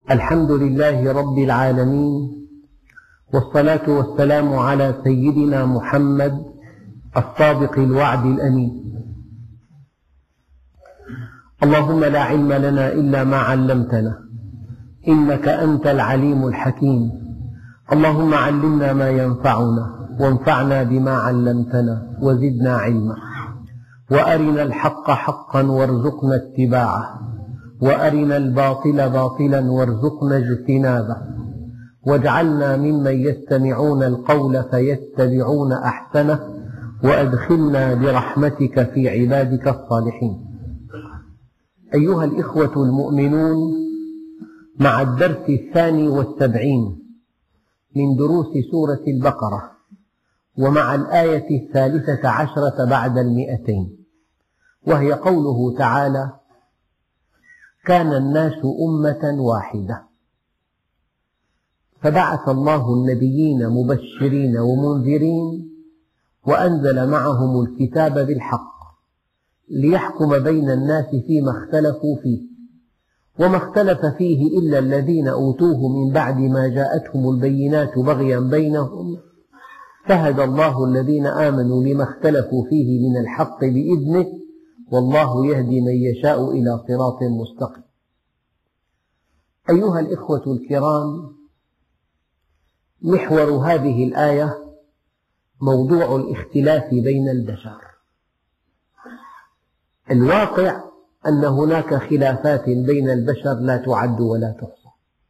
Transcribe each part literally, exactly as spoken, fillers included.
الحمد لله رب العالمين، والصلاة والسلام على سيدنا محمد الصادق الوعد الأمين. اللهم لا علم لنا إلا ما علمتنا إنك أنت العليم الحكيم. اللهم علمنا ما ينفعنا وانفعنا بما علمتنا وزدنا علما، وأرنا الحق حقا وارزقنا اتباعه، وأرنا الباطل باطلا وارزقنا اجتنابه، واجعلنا ممن يستمعون القول فيتبعون أحسنه، وأدخلنا برحمتك في عبادك الصالحين. أيها الإخوة المؤمنون، مع الدرس الثاني والسبعين من دروس سورة البقرة، ومع الآية الثالثة عشرة بعد المئتين، وهي قوله تعالى: كان الناس أمة واحدة فبعث الله النبيين مبشرين ومنذرين وأنزل معهم الكتاب بالحق ليحكم بين الناس فيما اختلفوا فيه، وما اختلف فيه إلا الذين أوتوه من بعد ما جاءتهم البينات بغيا بينهم، فهدى الله الذين آمنوا لما اختلفوا فيه من الحق بإذنه، والله يهدي من يشاء إلى صراط مستقيم. أيها الإخوة الكرام، محور هذه الآية موضوع الاختلاف بين البشر. الواقع أن هناك خلافات بين البشر لا تعد ولا تحصى.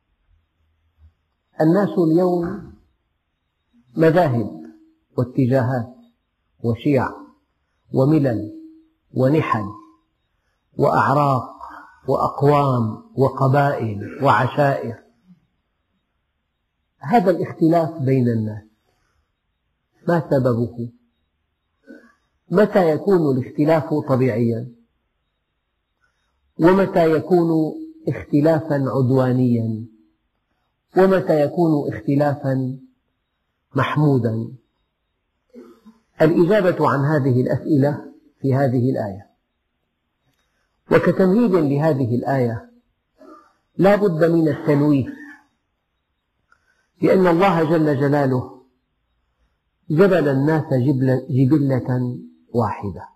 الناس اليوم مذاهب واتجاهات وشيع وملل ونحل وأعراق وأقوام وقبائل وعشائر. هذا الاختلاف بين الناس ما سببه؟ متى يكون الاختلاف طبيعيا؟ ومتى يكون اختلافا عدوانيا؟ ومتى يكون اختلافا محمودا؟ الإجابة عن هذه الأسئلة في هذه الآية. وكتمهيد لهذه الآية لا بد من التنويه، لأن الله جل جلاله جبل الناس جبلة واحدة.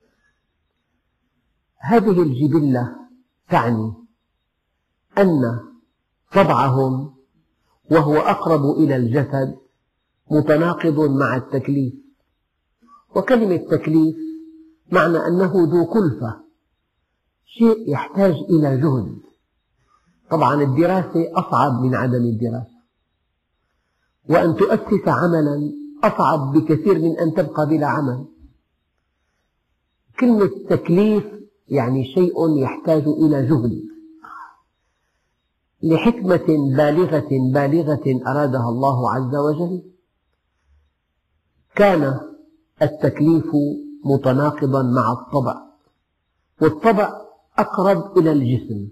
هذه الجبلة تعني أن طبعهم، وهو أقرب إلى الجسد، متناقض مع التكليف. وكلمة تكليف معنى أنه ذو كلفة، شيء يحتاج إلى جهد. طبعا الدراسة أصعب من عدم الدراسة، وأن تؤسس عملا أصعب بكثير من أن تبقى بلا عمل. كلمة تكليف يعني شيء يحتاج إلى جهد لحكمة بالغة بالغة أرادها الله عز وجل. كان التكليف متناقضا مع الطبع، والطبع أقرب إلى الجسم،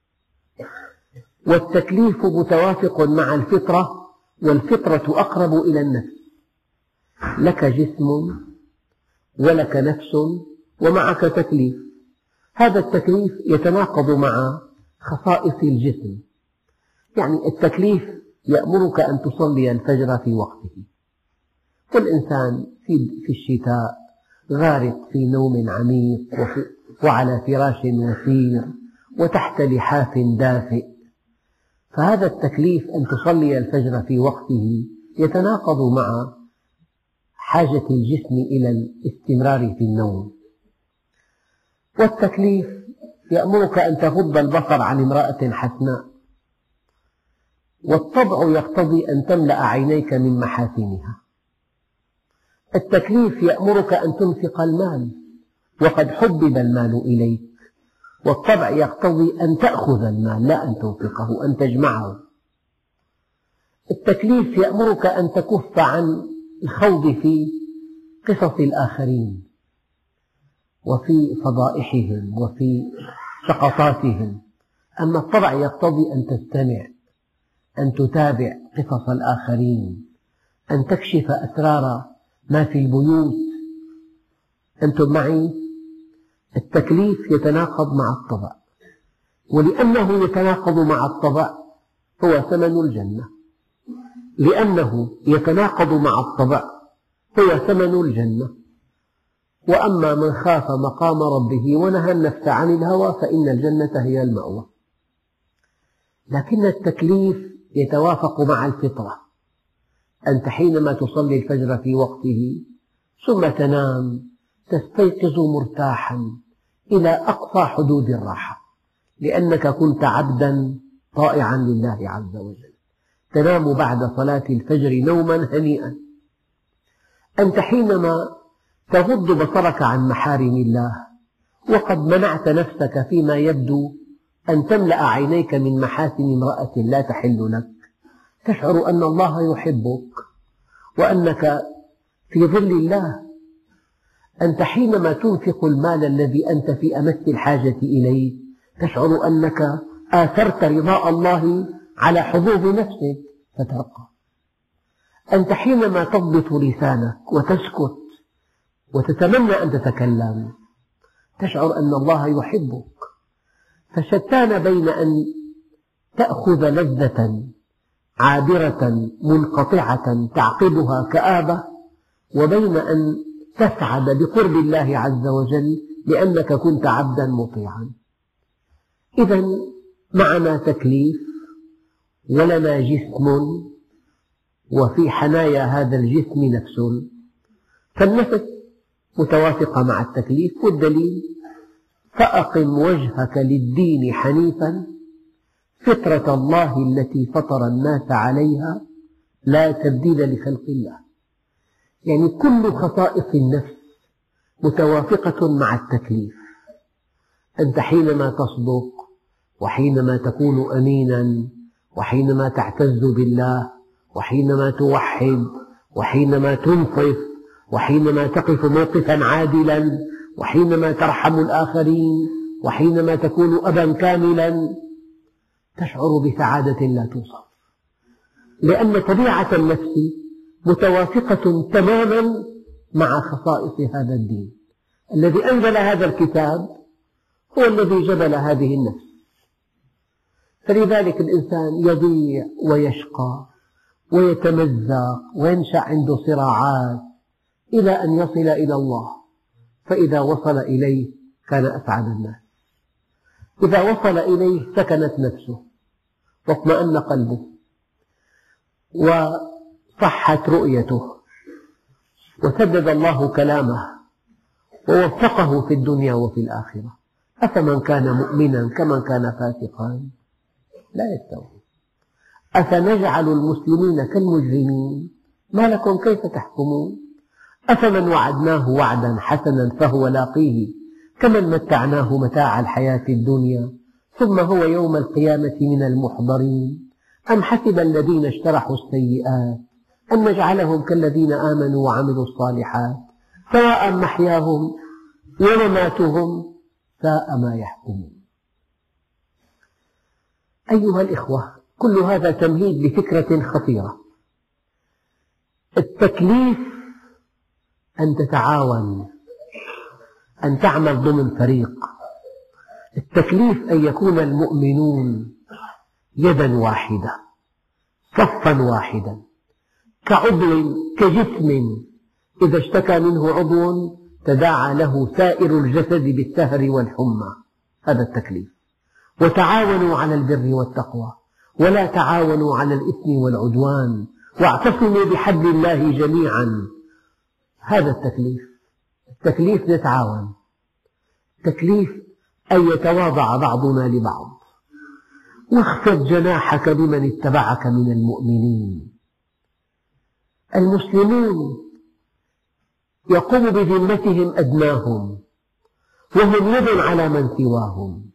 والتكليف متوافق مع الفطرة، والفطرة أقرب إلى النفس. لك جسم ولك نفس ومعك تكليف. هذا التكليف يتناقض مع خصائص الجسم. يعني التكليف يأمرك أن تصلي الفجر في وقته، والإنسان في الشتاء غارق في نوم عميق وعلى فراش وثير وتحت لحاف دافئ، فهذا التكليف أن تصلي الفجر في وقته يتناقض مع حاجة الجسم إلى الاستمرار في النوم. والتكليف يأمرك أن تغض البصر عن امرأة حسناء، والطبع يقتضي أن تملأ عينيك من محاسنها. التكليف يأمرك أن تنفق المال، وقد حبب المال إليك، والطبع يقتضي أن تأخذ المال لا أن تنفقه، أن تجمعه. التكليف يأمرك أن تكف عن الخوض في قصص الآخرين وفي فضائحهم وفي سقطاتهم، أما الطبع يقتضي أن تستمع، أن تتابع قصص الآخرين، أن تكشف أسرار ما في البيوت. أنتم معي؟ التكليف يتناقض مع الطبع، ولأنه يتناقض مع الطبع هو ثمن الجنة، لأنه يتناقض مع الطبع، هو ثمن الجنة. وأما من خاف مقام ربه ونهى النفس عن الهوى فإن الجنة هي المأوى. لكن التكليف يتوافق مع الفطرة. أنت حينما تصلي الفجر في وقته ثم تنام تستيقظ مرتاحا إلى أقصى حدود الراحة، لأنك كنت عبدا طائعا لله عز وجل، تنام بعد صلاة الفجر نوما هنيئا. أنت حينما تغض بصرك عن محارم الله وقد منعت نفسك فيما يبدو أن تملأ عينيك من محاسن امرأة لا تحل لك، تشعر أن الله يحبك وأنك في ظل الله. أنت حينما تنفق المال الذي أنت في أمس الحاجة إليه تشعر أنك آثرت رضاء الله على حظوظ نفسك فترقى. أنت حينما تضبط لسانك وتسكت وتتمنى أن تتكلم تشعر أن الله يحبك. فشتان بين أن تأخذ لذة عابرة منقطعة تعقبها كآبة، وبين أن تسعد بقرب الله عز وجل لأنك كنت عبدا مطيعا. إذا معنا تكليف ولنا جسم، وفي حنايا هذا الجسم نفس، فالنفس متوافقة مع التكليف. والدليل: فأقم وجهك للدين حنيفا فطرة الله التي فطر الناس عليها لا تبديل لخلق الله. يعني كل خصائص النفس متوافقة مع التكليف. أنت حينما تصدق وحينما تكون أمينا وحينما تعتز بالله وحينما توحد وحينما تنصف وحينما تقف موقفا عادلا وحينما ترحم الآخرين وحينما تكون أبا كاملا تشعر بسعادة لا توصف، لأن طبيعة النفس متوافقة تماما مع خصائص هذا الدين. الذي أنزل هذا الكتاب هو الذي جبل هذه النفس. فلذلك الإنسان يضيع ويشقى ويتمزق وينشأ عنده صراعات إلى أن يصل إلى الله، فإذا وصل إليه كان أسعد الناس. إذا وصل إليه سكنت نفسه واطمأن قلبه وصحت رؤيته وسدد الله كلامه ووفقه في الدنيا وفي الآخرة. أفمن كان مؤمنا كمن كان فاسقا لا يستوي. أفنجعل المسلمين كالمجرمين ما لكم كيف تحكمون. أفمن وعدناه وعدا حسنا فهو لاقيه كمن متعناه متاع الحياة الدنيا ثم هو يوم القيامة من المحضرين. أم حسب الذين اجترحوا السيئات أن نجعلهم كالذين آمنوا وعملوا الصالحات سواء محياهم ومماتهم ساء ما يحكمون. أيها الإخوة، كل هذا تمهيد لفكرة خطيرة. التكليف أن تتعاون، أن تعمل ضمن فريق. التكليف أن يكون المؤمنون يدا واحدة صفا واحدا كعضو كجسم إذا اشتكى منه عضو تداعى له سائر الجسد بالسهر والحمى. هذا التكليف. وتعاونوا على البر والتقوى ولا تعاونوا على الإثم والعدوان واعتصموا بحبل الله جميعا. هذا التكليف. التكليف نتعاون. التكليف أن يتواضع بعضنا لبعض. واخفض جناحك لمن اتبعك من المؤمنين. المسلمون يقوم بذمتهم أدناهم وهم يد على من سواهم.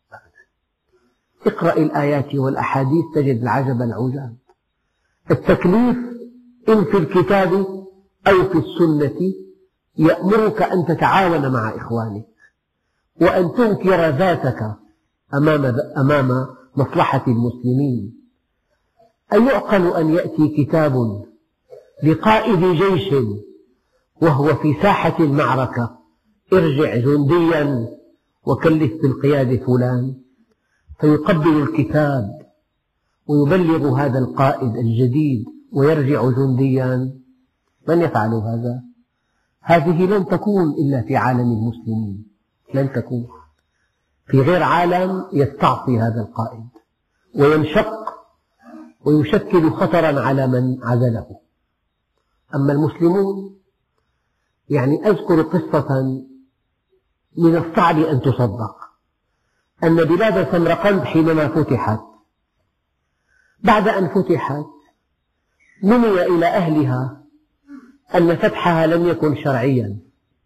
اقرأ الآيات والأحاديث تجد العجب العجاب. التكليف إن في الكتاب أو في السنة يأمرك أن تتعاون مع إخوانك وأن تنكر ذاتك أمام أمام مصلحة المسلمين. أيعقل أن يأتي كتاب لقائد جيش وهو في ساحة المعركة ارجع جنديا وكلف بالقيادة فلان، فيقبل الكتاب ويبلغ هذا القائد الجديد ويرجع جنديا، من يفعل هذا؟ هذه لن تكون إلا في عالم المسلمين، لن تكون في غير عالم يستعصي هذا القائد وينشق ويشكل خطرا على من عزله. أما المسلمون، يعني أذكر قصة من الصعب أن تصدق، أن بلاد سمرقند حينما فتحت، بعد أن فتحت نمي إلى أهلها أن فتحها لم يكن شرعيا،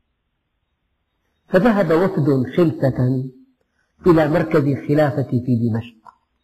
فذهب وفد خلفة إلى مركز الخلافة في دمشق،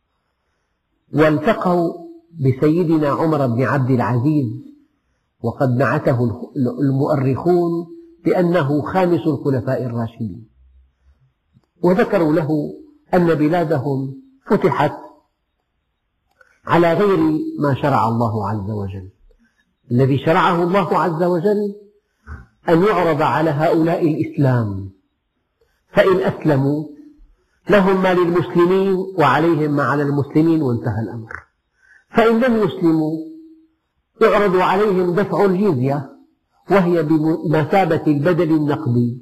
والتقوا بسيدنا عمر بن عبد العزيز، وقد نعته المؤرخون بأنه خامس الخلفاء الراشدين، وذكروا له أن بلادهم فتحت على غير ما شرع الله عز وجل. الذي شرعه الله عز وجل أن يعرض على هؤلاء الإسلام، فإن أسلموا لهم ما للمسلمين وعليهم ما على المسلمين وانتهى الأمر، فإن لم يسلموا يعرض عليهم دفع الجزية وهي بمثابة البدل النقدي،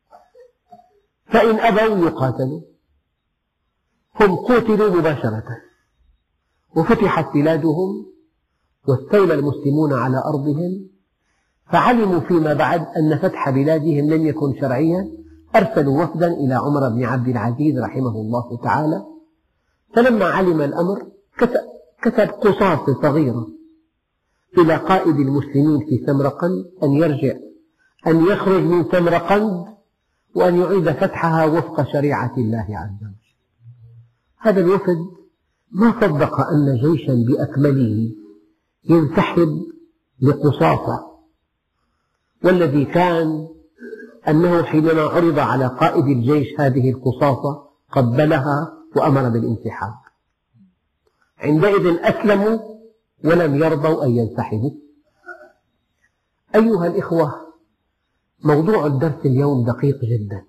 فإن أبوا يقاتلوا. هم قتلوا مباشرة وفتحت بلادهم واستولى المسلمون على أرضهم، فعلموا فيما بعد أن فتح بلادهم لم يكن شرعيا، أرسلوا وفدا إلى عمر بن عبد العزيز رحمه الله تعالى، فلما علم الأمر كتب قصاص صغيرة إلى قائد المسلمين في سمرقند أن يرجع، أن يخرج من سمرقند وأن يعيد فتحها وفق شريعة الله عز وجل. هذا الوفد ما صدق أن جيشا بأكمله ينسحب لقصاصة، والذي كان أنه حينما عرض على قائد الجيش هذه القصاصة قبلها وأمر بالانسحاب. عندئذ أسلموا ولم يرضوا أن ينسحبوا. أيها الإخوة، موضوع الدرس اليوم دقيق جدا.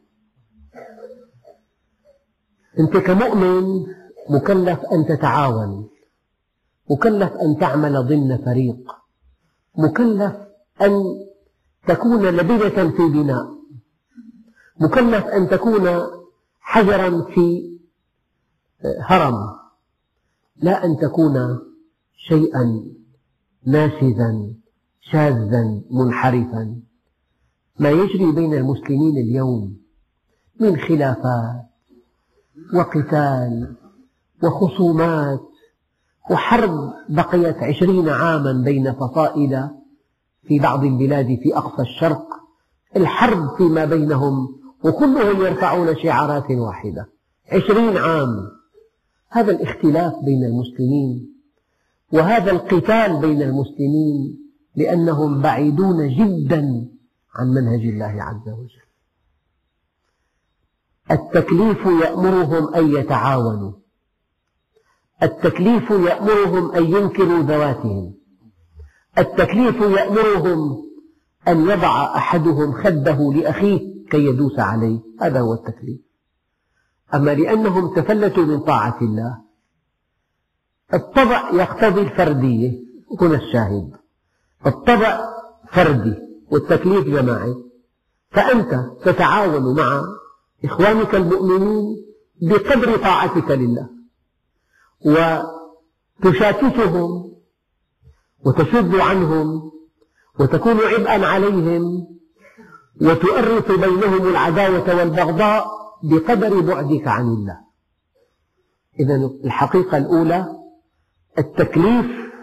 أنت كمؤمن مكلف أن تتعاون، مكلف أن تعمل ضمن فريق، مكلف أن تكون لبنة في بناء، مكلف أن تكون حجرا في هرم، لا أن تكون شيئا ناشزا شاذا منحرفا. ما يجري بين المسلمين اليوم من خلافات وقتال وخصومات وحرب بقيت عشرين عاما بين فصائل في بعض البلاد في أقصى الشرق، الحرب فيما بينهم وكلهم يرفعون شعارات واحدة عشرين عام. هذا الاختلاف بين المسلمين وهذا القتال بين المسلمين لأنهم بعيدون جدا عن منهج الله عز وجل. التكليف يأمرهم أن يتعاونوا، التكليف يأمرهم أن ينكروا ذواتهم، التكليف يأمرهم أن يضع أحدهم خده لأخيه كي يدوس عليه، هذا هو التكليف. أما لأنهم تفلتوا من طاعة الله، الطبع يقتضي الفردية، هنا الشاهد، الطبع فردي والتكليف جماعي، فأنت تتعاون مع إخوانك المؤمنين بقدر طاعتك لله، وتشاتتهم وتشد عنهم وتكون عبئا عليهم وتؤرث بينهم العداوة والبغضاء بقدر بعدك عن الله. إذن الحقيقة الأولى التكليف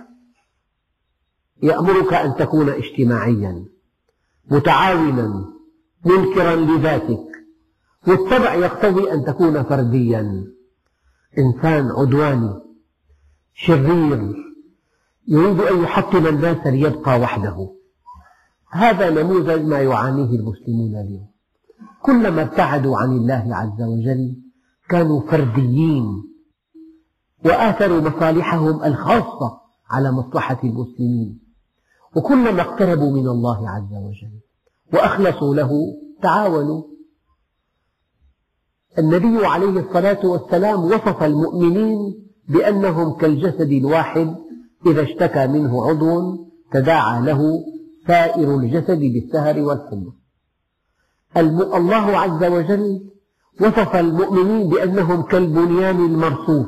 يأمرك أن تكون اجتماعيا متعاونا منكرا لذاتك، والطبع يقتضي أن تكون فرديا، إنسان عدواني شرير يريد أن يحطم الناس ليبقى وحده. هذا نموذج ما يعانيه المسلمون اليوم، كلما ابتعدوا عن الله عز وجل كانوا فرديين وآثروا مصالحهم الخاصة على مصلحة المسلمين، وكلما اقتربوا من الله عز وجل وأخلصوا له تعاونوا. النبي عليه الصلاة والسلام وصف المؤمنين بأنهم كالجسد الواحد إذا اشتكى منه عضو تداعى له سائر الجسد بالسهر والحمى. الله عز وجل وصف المؤمنين بأنهم كالبنيان المرصوص.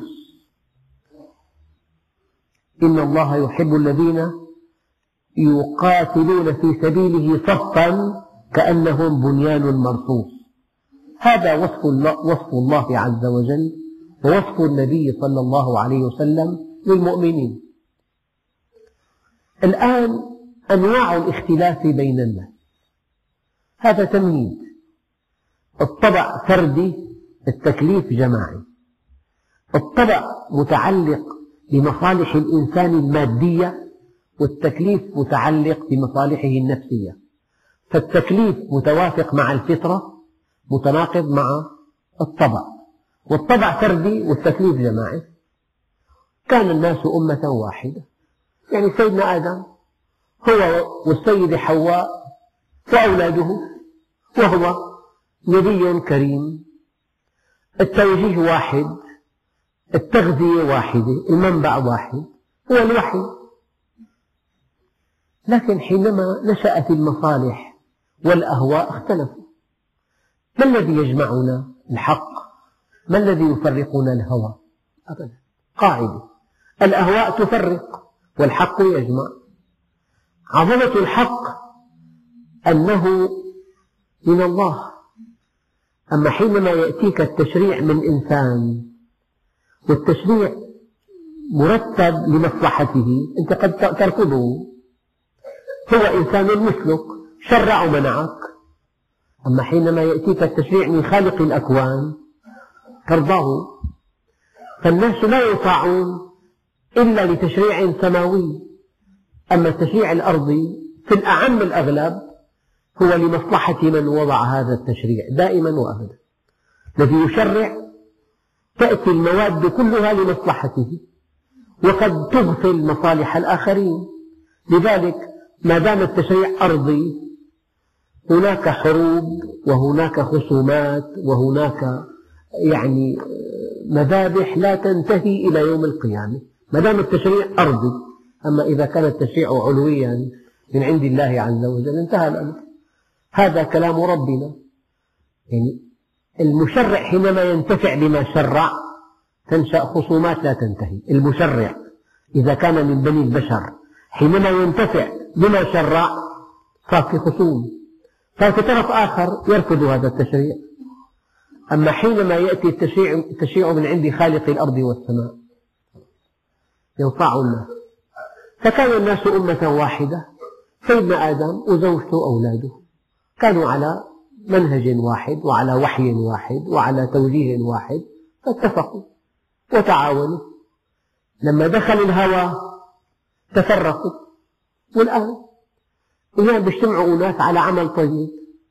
إن الله يحب الذين يقاتلون في سبيله صفا كأنهم بنيان مرصوص. هذا وصف الله, وصف الله عز وجل ووصف النبي صلى الله عليه وسلم للمؤمنين. الآن أنواع الاختلاف بين الناس، هذا تمهيد. الطبع فردي، التكليف جماعي. الطبع متعلق بمصالح الإنسان المادية، والتكليف متعلق بمصالحه النفسية. فالتكليف متوافق مع الفطرة، متناقض مع الطبع. والطبع فردي والتكليف جماعي. كان الناس أمة واحدة، يعني سيدنا آدم هو والسيدة حواء وأولاده، وهو نبي كريم. التوجيه واحد، التغذية واحدة، المنبع واحد، هو الوحي. لكن حينما نشأت المصالح والأهواء اختلفوا. ما الذي يجمعنا؟ الحق. ما الذي يفرقنا؟ الهوى. أبدا. قاعدة: الأهواء تفرق والحق يجمع. عظمة الحق أنه من الله. أما حينما يأتيك التشريع من إنسان والتشريع مرتب لمصلحته، أنت قد ترفضه. هو إنسان مثلك، شرع ومنعك. أما حينما يأتيك التشريع من خالق الأكوان ترضاه. فالناس لا يطاعون إلا لتشريع سماوي. أما التشريع الأرضي في الأعم الأغلب هو لمصلحة من وضع هذا التشريع دائما وأبدا. الذي يشرع تأتي المواد كلها لمصلحته، وقد تغفل مصالح الآخرين. لذلك ما دام التشريع أرضي هناك حروب وهناك خصومات وهناك يعني مذابح لا تنتهي إلى يوم القيامة، ما دام التشريع أرضي. أما إذا كان التشريع علويا من عند الله عز وجل انتهى الأمر. هذا كلام ربنا. يعني المشرع حينما ينتفع بما شرع تنشأ خصومات لا تنتهي. المشرع إذا كان من بني البشر حينما ينتفع بما شرع صار في خصوم، صار في طرف آخر يرفض هذا التشريع. أما حينما يأتي التشريع, التشريع من عند خالق الأرض والسماء ينفع الناس. فكان الناس أمة واحدة. سيدنا آدم وزوجته وأولاده كانوا على منهج واحد وعلى وحي واحد وعلى توجيه واحد، فاتفقوا وتعاونوا. لما دخل الهوى تفرقوا. والآن أيام بيجتمعوا أناس على عمل طيب،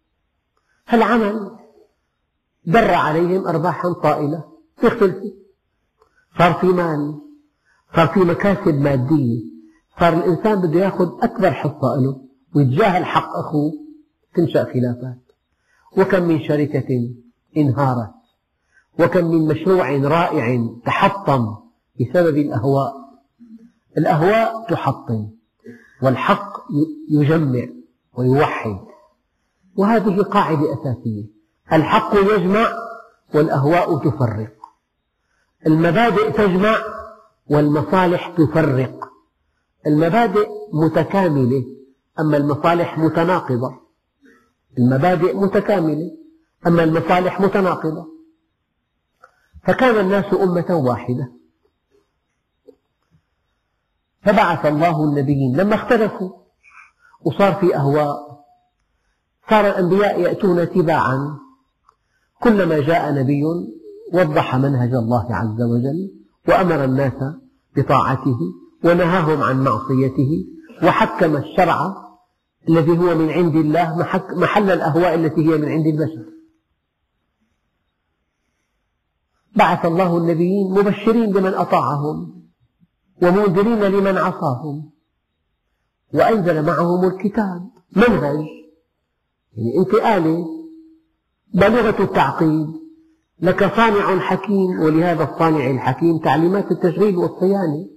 هالعمل در عليهم أرباحا طائلة، يختلفوا. صار في مال، صار في مكاسب مادية، صار الإنسان بده يأخذ أكبر حصة له ويتجاهل حق أخوه، تنشأ خلافات. وكم من شركة انهارت، وكم من مشروع رائع تحطم بسبب الأهواء. الأهواء تحطم والحق يجمع ويوحد، وهذه قاعدة أساسية. الحق يجمع والأهواء تفرق. المبادئ تجمع والمصالح تفرق. المبادئ متكاملة أما المصالح متناقضة. المبادئ متكاملة أما المصالح متناقضة. فكان الناس أمة واحدة، فبعث الله النبيين. لما اختلفوا وصار في أهواء صار الأنبياء يأتون تباعا. كلما جاء نبي وضح منهج الله عز وجل وأمر الناس بطاعته ونهاهم عن معصيته، وحكم الشرع الذي هو من عند الله محل الأهواء التي هي من عند البشر. بعث الله النبيين مبشرين لمن أطاعهم ومنذرين لمن عصاهم، وأنزل معهم الكتاب منهج. يعني أنت آلة بالغة التعقيد، لك صانع حكيم، ولهذا الصانع الحكيم تعليمات التشغيل والصيانة.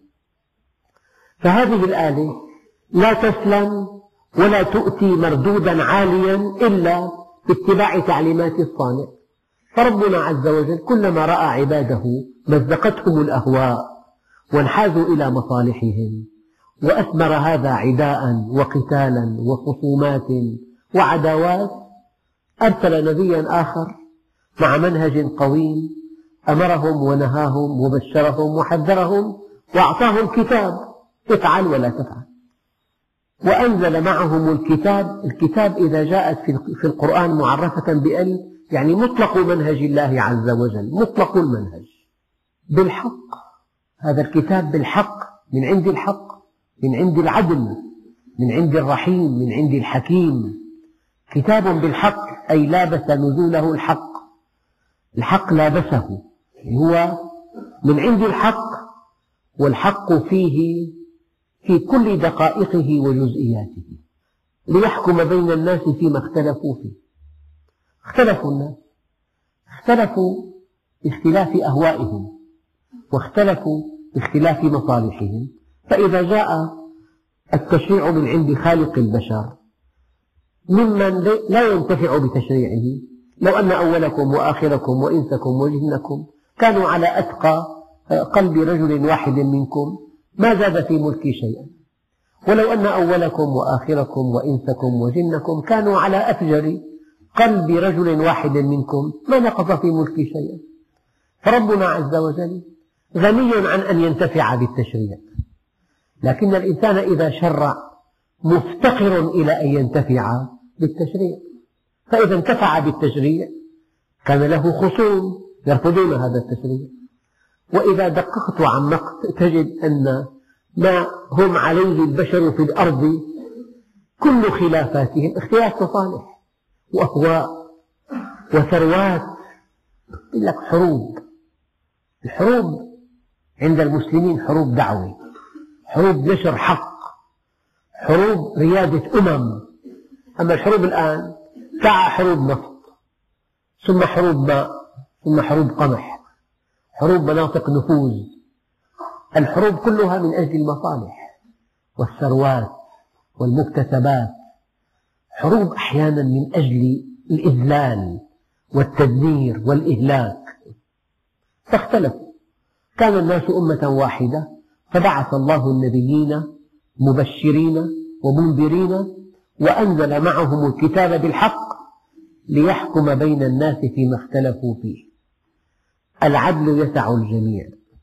فهذه الآلة لا تسلم ولا تؤتي مردودا عاليا إلا باتباع تعليمات الصانع. فربنا عز وجل كلما رأى عباده مزقتهم الأهواء وانحازوا إلى مصالحهم وأثمر هذا عداء وقتالا وخصومات وعداوات، أرسل نبيا آخر مع منهج قويم أمرهم ونهاهم وبشرهم وحذرهم وأعطاهم كتاب افعل ولا تفعل، وأنزل معهم الكتاب. الكتاب إذا جاءت في القرآن معرفة بأل يعني مطلق منهج الله عز وجل، مطلق المنهج بالحق. هذا الكتاب بالحق، من عند الحق، من عند العدل، من عند الرحيم، من عند الحكيم. كتاب بالحق أي لابس نزوله الحق، الحق لابسه، هو من عند الحق، والحق فيه في كل دقائقه وجزئياته، ليحكم بين الناس فيما اختلفوا فيه. اختلفوا الناس، اختلفوا باختلاف أهوائهم، واختلفوا باختلاف مصالحهم. فإذا جاء التشريع من عند خالق البشر ممن لا ينتفع بتشريعه، لو أن أولكم وآخركم وإنسكم وجنكم كانوا على أتقى قلب رجل واحد منكم ما زاد في ملكي شيئا، ولو أن أولكم وآخركم وإنسكم وجنكم كانوا على أفجر قلب رجل واحد منكم ما نقص في ملكي شيئا. فربنا عز وجل غني عن أن ينتفع بالتشريع، لكن الإنسان إذا شرع مفتقر إلى أن ينتفع بالتشريع. فإذا انتفع بالتشريع كان له خصوم يرفضون هذا التشريع، وإذا دققت وعمقت تجد أن ما هم عليه البشر في الأرض كل خلافاتهم اختلاف مصالح وأهواء وثروات. يقول لك حروب، الحروب عند المسلمين حروب دعوة، حروب نشر حق، حروب ريادة أمم. أما الحروب الآن ساعة حروب نفط، ثم حروب ماء، ثم حروب قمح، حروب مناطق نفوذ. الحروب كلها من أجل المصالح والثروات والمكتسبات، حروب أحيانا من أجل الإذلال والتدمير والإهلاك. فاختلفوا، كان الناس أمة واحدة، فبعث الله النبيين مبشرين ومنذرين وأنزل معهم الكتاب بالحق ليحكم بين الناس فيما اختلفوا فيه. العدل يسع الجميع.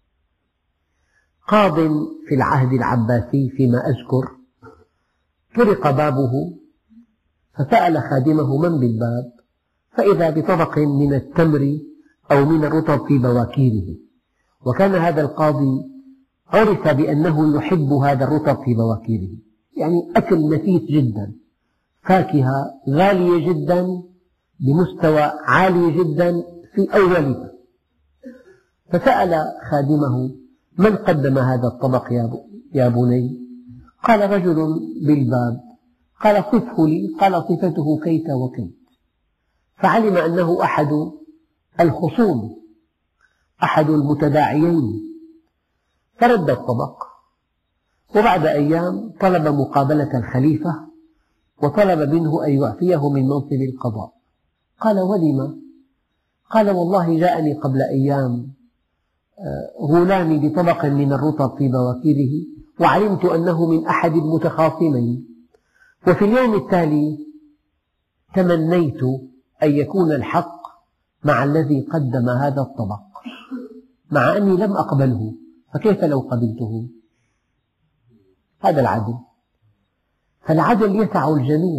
قاض في العهد العباسي فيما أذكر طرق بابه، فسأل خادمه من بالباب، فإذا بطبق من التمر أو من الرطب في بواكيره. وكان هذا القاضي عرف بأنه يحب هذا الرطب في بواكيره، يعني أكل نفيس جدا، فاكهة غالية جدا بمستوى عالي جدا في أولها. فسأل خادمه من قدم هذا الطبق يا بني؟ قال رجل بالباب. قال صفه لي. قال صفته كيت وكيت. فعلم أنه أحد الخصوم، أحد المتداعيين، فرد الطبق. وبعد أيام طلب مقابلة الخليفة وطلب منه أن يعفيه من منصب القضاء. قال ولم؟ قال والله جاءني قبل أيام غلامي بطبق من الرطب في بواكيره وعلمت أنه من أحد المتخاصمين، وفي اليوم التالي تمنيت أن يكون الحق مع الذي قدم هذا الطبق، مع أني لم أقبله، فكيف لو قبلته؟ هذا العدل. فالعدل يسع الجميع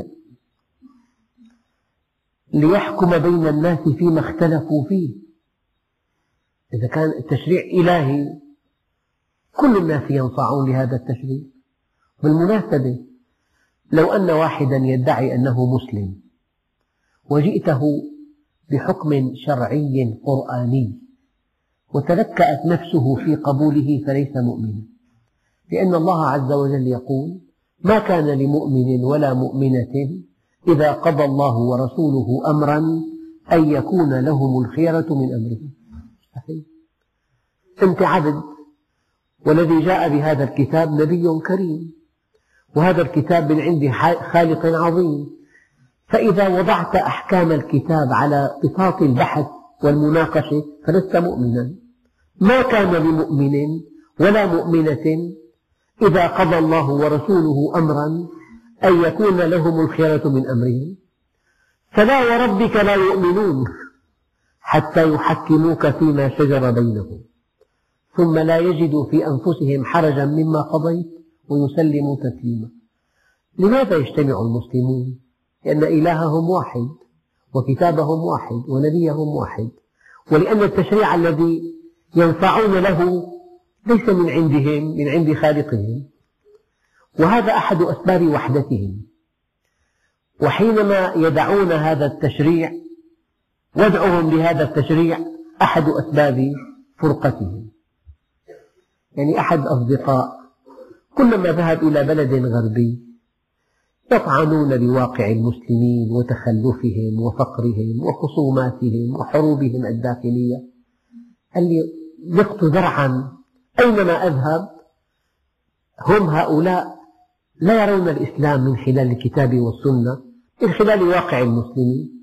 ليحكم بين الناس فيما اختلفوا فيه. إذا كان التشريع إلهي كل الناس ينصاعون لهذا التشريع. بالمناسبة لو أن واحدا يدعي أنه مسلم وجئته بحكم شرعي قرآني وتلكأت نفسه في قبوله فليس مؤمنا، لأن الله عز وجل يقول ما كان لمؤمن ولا مؤمنة إذا قضى الله ورسوله أمرا أن يكون لهم الخيرة من أمرهم. مستحيل. أنت عبد، والذي جاء بهذا الكتاب نبي كريم، وهذا الكتاب من عند خالق عظيم، فإذا وضعت أحكام الكتاب على بساط البحث والمناقشة فلست مؤمنا. ما كان لمؤمن ولا مؤمنة إذا قضى الله ورسوله أمرا أن يكون لهم الخيرة من أمرهم. فلا وربك لا يؤمنون حتى يحكموك فيما شجر بينهم ثم لا يجدوا في أنفسهم حرجا مما قضيت ويسلموا تسليما. لماذا يجتمع المسلمون؟ لأن إلههم واحد، وكتابهم واحد، ونبيهم واحد، ولأن التشريع الذي ينفعون له ليس من عندهم، من عند خالقهم، وهذا أحد أسباب وحدتهم. وحينما يدعون هذا التشريع، وضعهم لهذا التشريع أحد أسباب فرقتهم. يعني أحد أصدقاء كلما ذهب إلى بلد غربي يطعنون بواقع المسلمين وتخلفهم وفقرهم وخصوماتهم وحروبهم الداخلية. قال لي: ذقت ذرعا، أينما أذهب هم هؤلاء لا يرون الإسلام من خلال الكتاب والسنة، من خلال واقع المسلمين.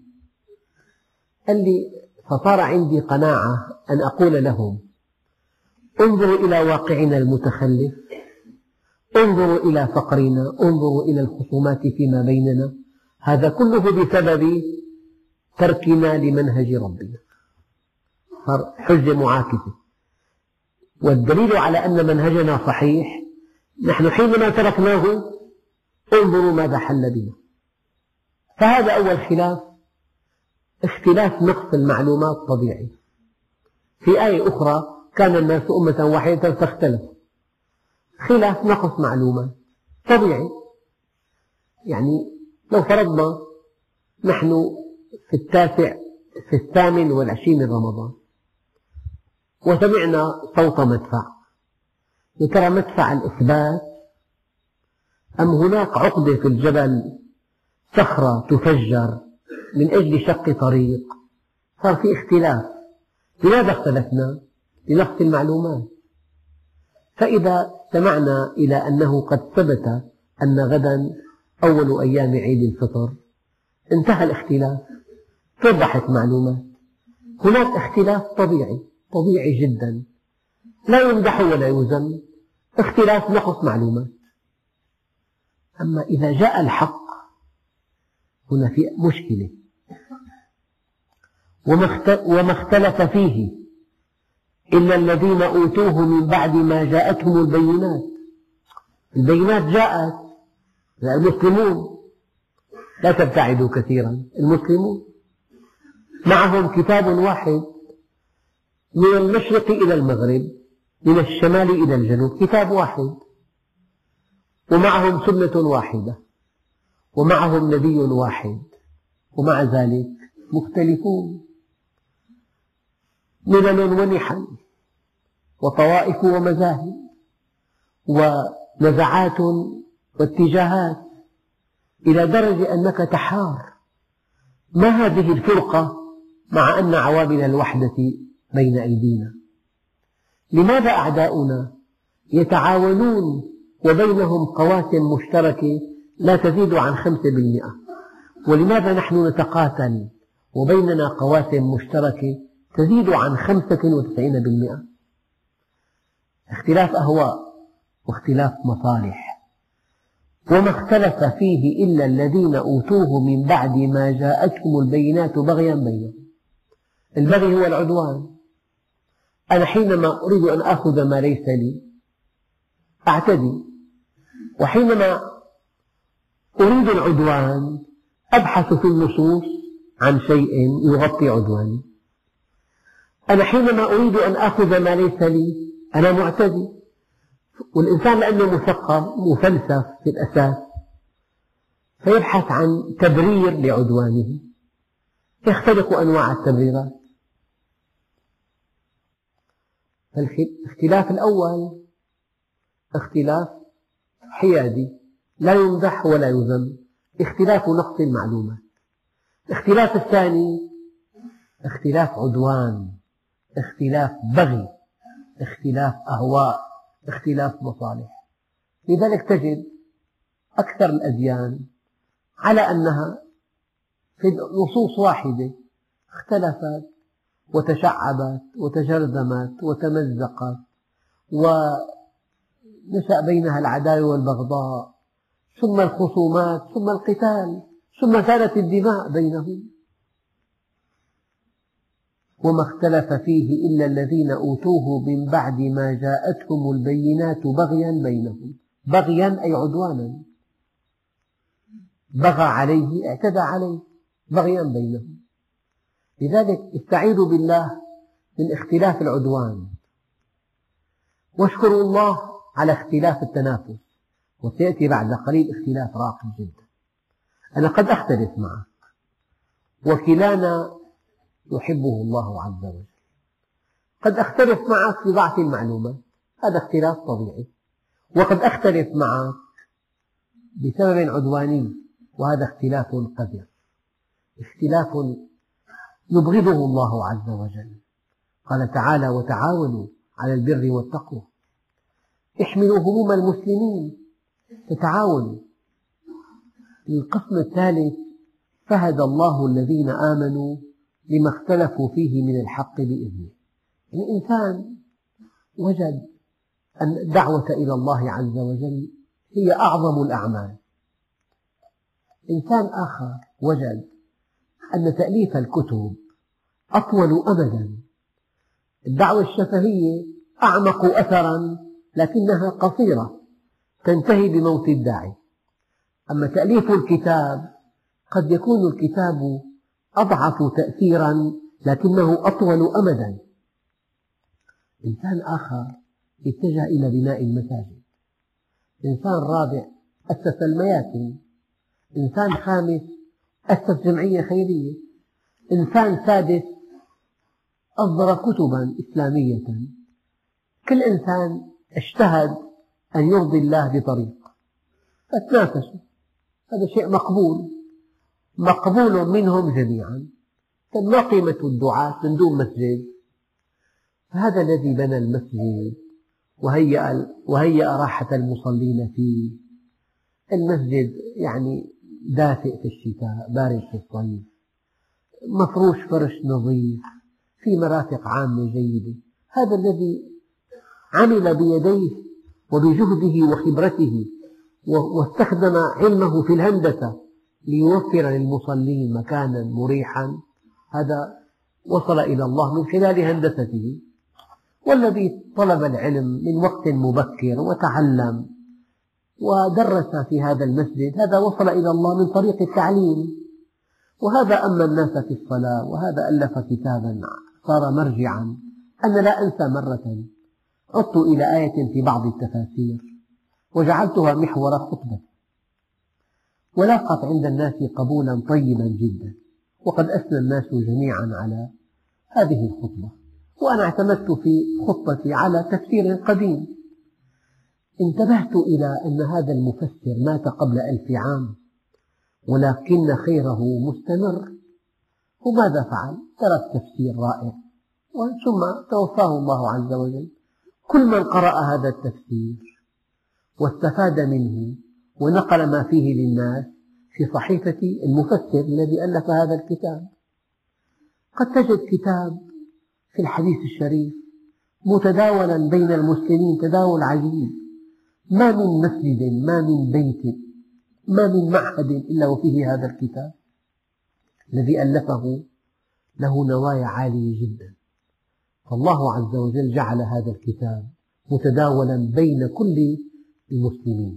قال لي: فصار عندي قناعة أن أقول لهم: انظروا إلى واقعنا المتخلف، انظروا إلى فقرنا، انظروا إلى الخصومات فيما بيننا، هذا كله بسبب تركنا لمنهج ربنا. صار حجة معاكسة. والدليل على أن منهجنا صحيح، نحن حينما تركناه انظروا ماذا حل بنا. فهذا أول خلاف، اختلاف نقص المعلومات طبيعي. في آية أخرى: كان الناس أمة واحدة فاختلفوا. خلاف نقص معلومات طبيعي. يعني لو فرضنا نحن في التاسع في الثامن والعشرين من رمضان وسمعنا صوت مدفع، يا ترى مدفع الإثبات أم هناك عقدة في الجبل، صخرة تفجر من أجل شق طريق؟ صار في اختلاف. لماذا اختلفنا؟ لنقص المعلومات. فإذا استمعنا إلى أنه قد ثبت أن غدا أول أيام عيد الفطر، انتهى الاختلاف، توضحت معلومات. هناك اختلاف طبيعي، طبيعي جدا، لا يمدح ولا يذم، اختلاف نقص معلومات. أما إذا جاء الحق هنا في مشكلة. وما اختلف فيه إلا الذين أوتوه من بعد ما جاءتهم البينات. البينات جاءت، المسلمون لا تبتعدوا كثيرا، المسلمون معهم كتاب واحد من المشرق إلى المغرب، من الشمال إلى الجنوب، كتاب واحد، ومعهم سنة واحدة، ومعهم نبي واحد، ومع ذلك مختلفون، ملل ونحل وطوائف ومذاهب ونزعات واتجاهات، إلى درجة أنك تحار ما هذه الفرقة مع أن عوامل الوحدة بين أيدينا. لماذا أعداؤنا يتعاونون وبينهم قواسم مشتركة لا تزيد عن خمسة بالمئة، ولماذا نحن نتقاتل وبيننا قواسم مشتركة تزيد عن خمسة وتسعين بالمئة؟ اختلاف أهواء واختلاف مصالح. وما اختلف فيه إلا الذين أوتوه من بعد ما جاءتهم البينات بغيا بينهم. البغي هو العدوان. أنا حينما أريد أن آخذ ما ليس لي أعتدي، وحينما أريد العدوان أبحث في النصوص عن شيء يغطي عدواني. أنا حينما أريد أن آخذ ما ليس لي أنا معتدي. والإنسان لأنه مثقف مفلسف في الأساس فيبحث عن تبرير لعدوانه، يختلق أنواع التبريرات. الاختلاف الأول اختلاف حيادي لا يمدح ولا يذم، اختلاف نقص المعلومات. الاختلاف الثاني اختلاف عدوان، اختلاف بغي، اختلاف أهواء، اختلاف مصالح. لذلك تجد أكثر الأديان على أنها في نصوص واحدة اختلفت وتشعبت وتجرذمت وتمزقت ونشأ بينها العداوة والبغضاء، ثم الخصومات، ثم القتال، ثم سالت الدماء بينهم. وما اختلف فيه إلا الذين أوتوه من بعد ما جاءتهم البينات بغيا بينهم. بغيا أي عدوانا، بغى عليه، اعتدى عليه، بغيا بينهم. لذلك استعيذوا بالله من اختلاف العدوان، واشكروا الله على اختلاف التنافس، وسيأتي بعد قليل اختلاف راقي جدا. أنا قد أختلف معك وكلانا يحبه الله عز وجل، قد أختلف معك في ضعف المعلومات، هذا اختلاف طبيعي، وقد أختلف معك بسبب عدواني، وهذا اختلاف قذر، اختلاف يبغضه الله عز وجل. قال تعالى: وتعاونوا على البر والتقوى. احملوا هموم المسلمين، تتعاونوا. القسم الثالث: فهدى الله الذين آمنوا لما اختلفوا فيه من الحق بإذنه. يعني إنسان وجد أن الدعوة إلى الله عز وجل هي أعظم الأعمال. إنسان آخر وجد أن تأليف الكتب أطول أمدا. الدعوة الشفهية أعمق أثرا لكنها قصيرة، تنتهي بموت الداعي. أما تأليف الكتاب قد يكون الكتاب أضعف تأثيرا لكنه أطول أمدا. إنسان آخر اتجه إلى بناء المساجد، إنسان رابع أسس المياتم، إنسان خامس أسس جمعية خيرية، إنسان سادس أصدر كتبا إسلامية. كل إنسان اجتهد أن يرضي الله بطريق، فتنافسوا، هذا شيء مقبول مقبول منهم جميعا. ما قيمة الدعاة من دون مسجد؟ فهذا الذي بنى المسجد وهيأ, وهيأ راحة المصلين فيه. المسجد يعني دافئ في الشتاء، بارد في الصيف، مفروش فرش نظيف، في مرافق عامة جيدة. هذا الذي عمل بيديه وبجهده وخبرته واستخدم علمه في الهندسة ليوفر للمصلين مكانا مريحا، هذا وصل إلى الله من خلال هندسته. والذي طلب العلم من وقت مبكر وتعلم ودرس في هذا المسجد، هذا وصل إلى الله من طريق التعليم. وهذا أما الناس في الصلاة، وهذا ألف كتابا صار مرجعا. أنا لا أنسى مرة عدت إلى آية في بعض التفاسير وجعلتها محور خطبة، ولاقت عند الناس قبولا طيبا جدا، وقد أثنى الناس جميعا على هذه الخطبة، وأنا اعتمدت في خطبتي على تفسير قديم. انتبهت إلى أن هذا المفسر مات قبل ألف عام ولكن خيره مستمر. وماذا فعل؟ ترك تفسير رائع، ثم توفاه الله عز وجل. كل من قرأ هذا التفسير واستفاد منه ونقل ما فيه للناس في صحيفة المفسر الذي ألف هذا الكتاب. قد تجد كتاب في الحديث الشريف متداولا بين المسلمين تداول عجيب، ما من مسجد، ما من بيت، ما من معهد إلا وفيه هذا الكتاب. الذي ألفه له نوايا عالية جدا، فالله عز وجل جعل هذا الكتاب متداولا بين كل المسلمين.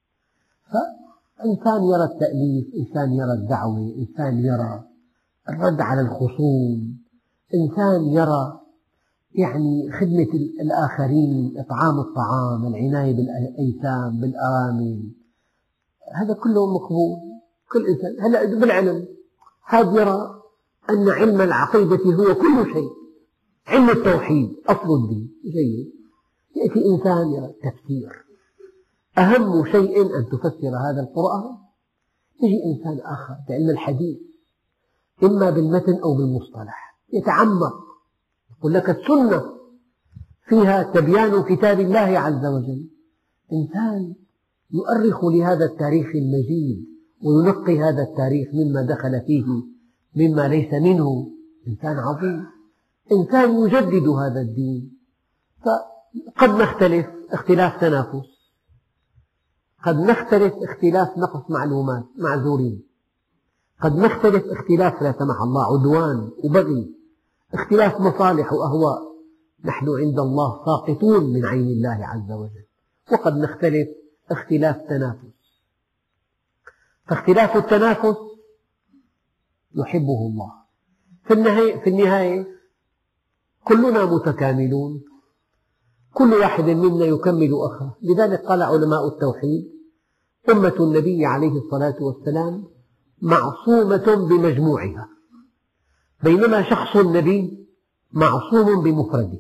فإنسان يرى التأليف، إنسان يرى الدعوة، إنسان يرى الرد على الخصوم، إنسان يرى يعني خدمة الآخرين، إطعام الطعام، العناية بالأيتام، بالأرامل، هذا كله مقبول. كل إنسان هلأ بالعلم هذا يرى أن علم العقيدة هو كل شيء، علم التوحيد أصل الدين جيد. يأتي إنسان يرى التفسير، أهم شيء أن تفسر هذا القرآن. يجي إنسان آخر بعلم الحديث، إما بالمتن أو بالمصطلح، يتعمق. يقول لك السنة فيها تبيان كتاب الله عز وجل. إنسان يؤرخ لهذا التاريخ المجيد وينقي هذا التاريخ مما دخل فيه مما ليس منه. إنسان عظيم، إنسان يجدد هذا الدين. فقد نختلف اختلاف تنافس، قد نختلف اختلاف نقص معلومات، معذورين. قد نختلف اختلاف لا سمح الله عدوان وبغي، اختلاف مصالح وأهواء، نحن عند الله ساقطون من عين الله عز وجل. وقد نختلف اختلاف تنافس، فاختلاف التنافس يحبه الله. في النهاية, في النهاية كلنا متكاملون، كل واحد منا يكمل أخاه. لذلك قال علماء التوحيد: أمة النبي عليه الصلاة والسلام معصومة بمجموعها، بينما شخص النبي معصوم بمفرده.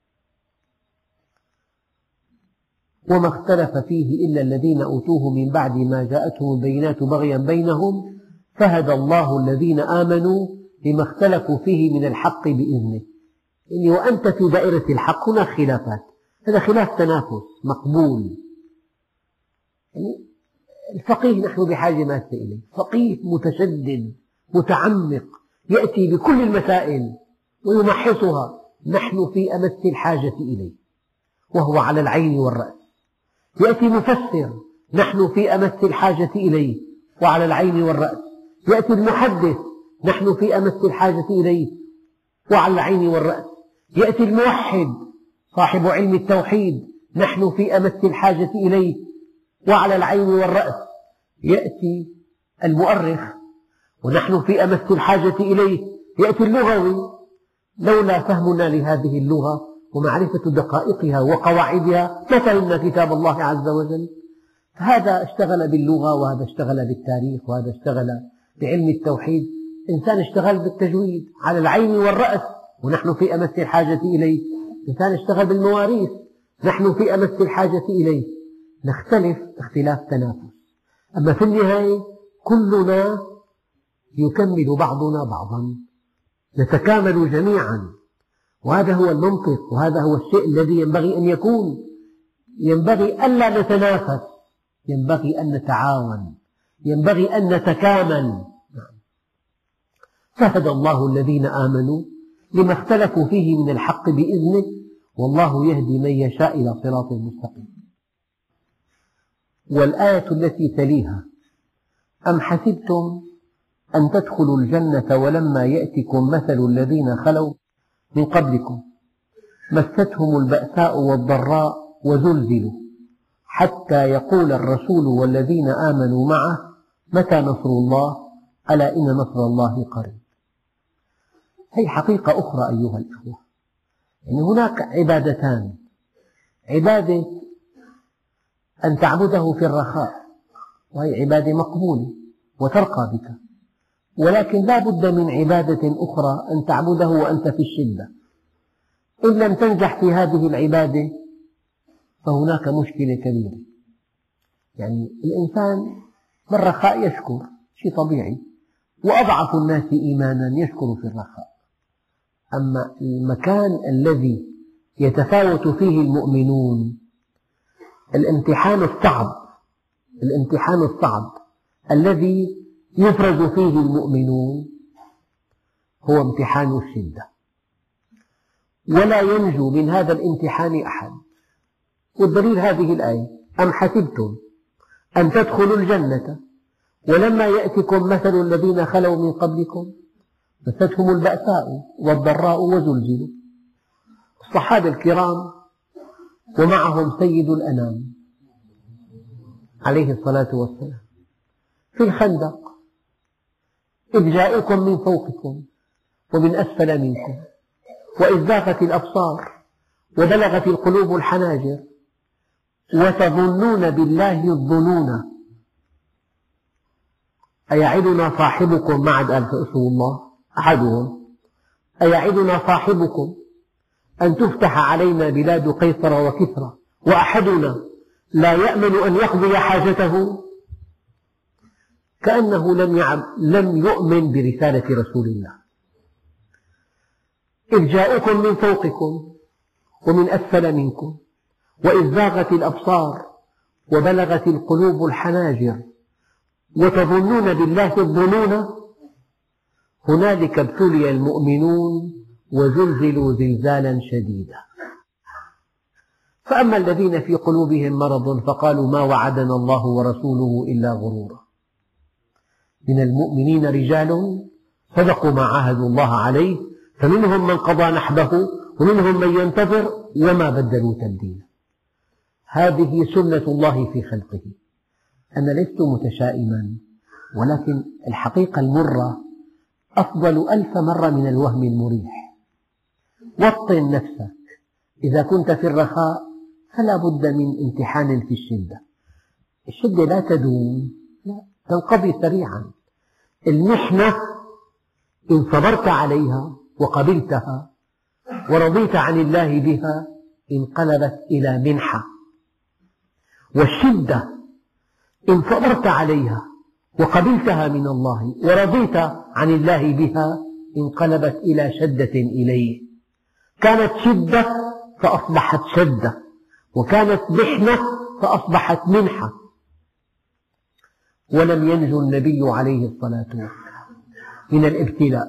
وما اختلف فيه إلا الذين أوتوه من بعد ما جاءتهم البينات بغيا بينهم فهدى الله الذين آمنوا لما اختلفوا فيه من الحق بإذنه. يعني وأنت في دائرة الحق هناك خلافات، هذا خلاف تنافس مقبول. يعني الفقيه نحن بحاجة ماسة إليه، فقيه متشدد متعمق يأتي بكل المسائل ويمحصها، نحن في أمس الحاجة إليه وهو على العين والرأس. يأتي مفسر، نحن في أمس الحاجة إليه وعلى العين والرأس. يأتي المحدث، نحن في أمس الحاجة إليه وعلى العين والرأس. يأتي الموحد صاحب علم التوحيد، نحن في أمس الحاجة إليه وعلى العين والرأس. يأتي المؤرخ ونحن في أمس الحاجة إليه. يأتي اللغوي، لولا فهمنا لهذه اللغة ومعرفة دقائقها وقواعدها ما فهمنا كتاب الله عز وجل. هذا اشتغل باللغة، وهذا اشتغل بالتاريخ، وهذا اشتغل بعلم التوحيد. إنسان اشتغل بالتجويد على العين والرأس ونحن في أمس الحاجة إليه. إنسان اشتغل بالمواريث، نحن في أمس الحاجة إليه. نختلف اختلاف تنافس، أما في النهاية كلنا يكمل بعضنا بعضا، نتكامل جميعا. وهذا هو المنطق، وهذا هو الشيء الذي ينبغي أن يكون. ينبغي ألا نتنافس، ينبغي أن نتعاون، ينبغي أن نتكامل. فهدى الله الذين آمنوا لما اختلفوا فيه من الحق بإذنه والله يهدي من يشاء إلى صراط مستقيم. والآية التي تليها: أم حسبتم أن تدخلوا الجنة ولما يأتكم مثل الذين خلوا من قبلكم مستهم البأساء والضراء وزلزلوا حتى يقول الرسول والذين آمنوا معه متى نصر الله ألا إن نصر الله قريب. هذه حقيقة أخرى أيها الأخوة. يعني هناك عبادتان: عبادة أن تعبده في الرخاء، وهي عبادة مقبولة وترقى بك، ولكن لا بد من عبادة أخرى أن تعبده وأنت في الشدة. إن لم تنجح في هذه العبادة فهناك مشكلة كبيرة. يعني الإنسان بالرخاء يشكر، شيء طبيعي، وأضعف الناس إيمانا يشكر في الرخاء. أما المكان الذي يتفاوت فيه المؤمنون، الامتحان الصعب، الامتحان الصعب الذي يفرز فيه المؤمنون هو امتحان الشدة، ولا ينجو من هذا الامتحان أحد. والدليل هذه الآية: أم حسبتم أن تدخلوا الجنة ولما يأتكم مثل الذين خلوا من قبلكم مستهم البأساء والضراء وزلزلوا. الصحابة الكرام ومعهم سيد الأنام عليه الصلاة والسلام في الخندق إذ جاءوكم من فوقكم ومن أسفل منكم وإذ زاغت الأبصار وبلغت القلوب الحناجر وتظنون بالله الظنون أيعدنا صاحبكم ما عاد قال رسول الله أحدهم أيعدنا صاحبكم أن تفتح علينا بلاد قيصر وكسرى وأحدنا لا يأمن أن يقضي حاجته. كأنه لم, لم يؤمن برسالة رسول الله. إذ جاءوكم من فوقكم ومن أسفل منكم وإذ زاغت الأبصار وبلغت القلوب الحناجر وتظنون بالله الظنون هنالك ابتلي المؤمنون وزلزلوا زلزالا شديدا. فأما الذين في قلوبهم مرض فقالوا ما وعدنا الله ورسوله إلا غرورا. من المؤمنين رجال صدقوا ما عاهدوا الله عليه فمنهم من قضى نحبه ومنهم من ينتظر وما بدلوا تبديلا. هذه سنة الله في خلقه. أنا لست متشائما، ولكن الحقيقة المرة أفضل ألف مرة من الوهم المريح. وطن نفسك، إذا كنت في الرخاء فلا بد من امتحان في الشدة. الشدة لا تدوم، لا تنقضي سريعا. المحنة إن صبرت عليها وقبلتها ورضيت عن الله بها انقلبت إلى منحة، والشدة إن صبرت عليها وقبلتها من الله ورضيت عن الله بها انقلبت إلى شدة إليه. كانت شدة فأصبحت شدة، وكانت محنة فأصبحت منحة. ولم ينجو النبي عليه الصلاة والسلام من الابتلاء.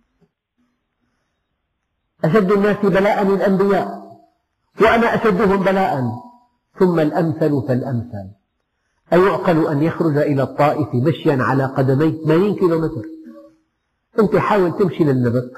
أشد الناس بلاء الأنبياء وأنا أشدهم بلاء ثم الأمثل فالأمثل. أيعقل أن يخرج إلى الطائف مشيا على قدميه ثمانين كيلومتر؟ أنت حاول تمشي للنبك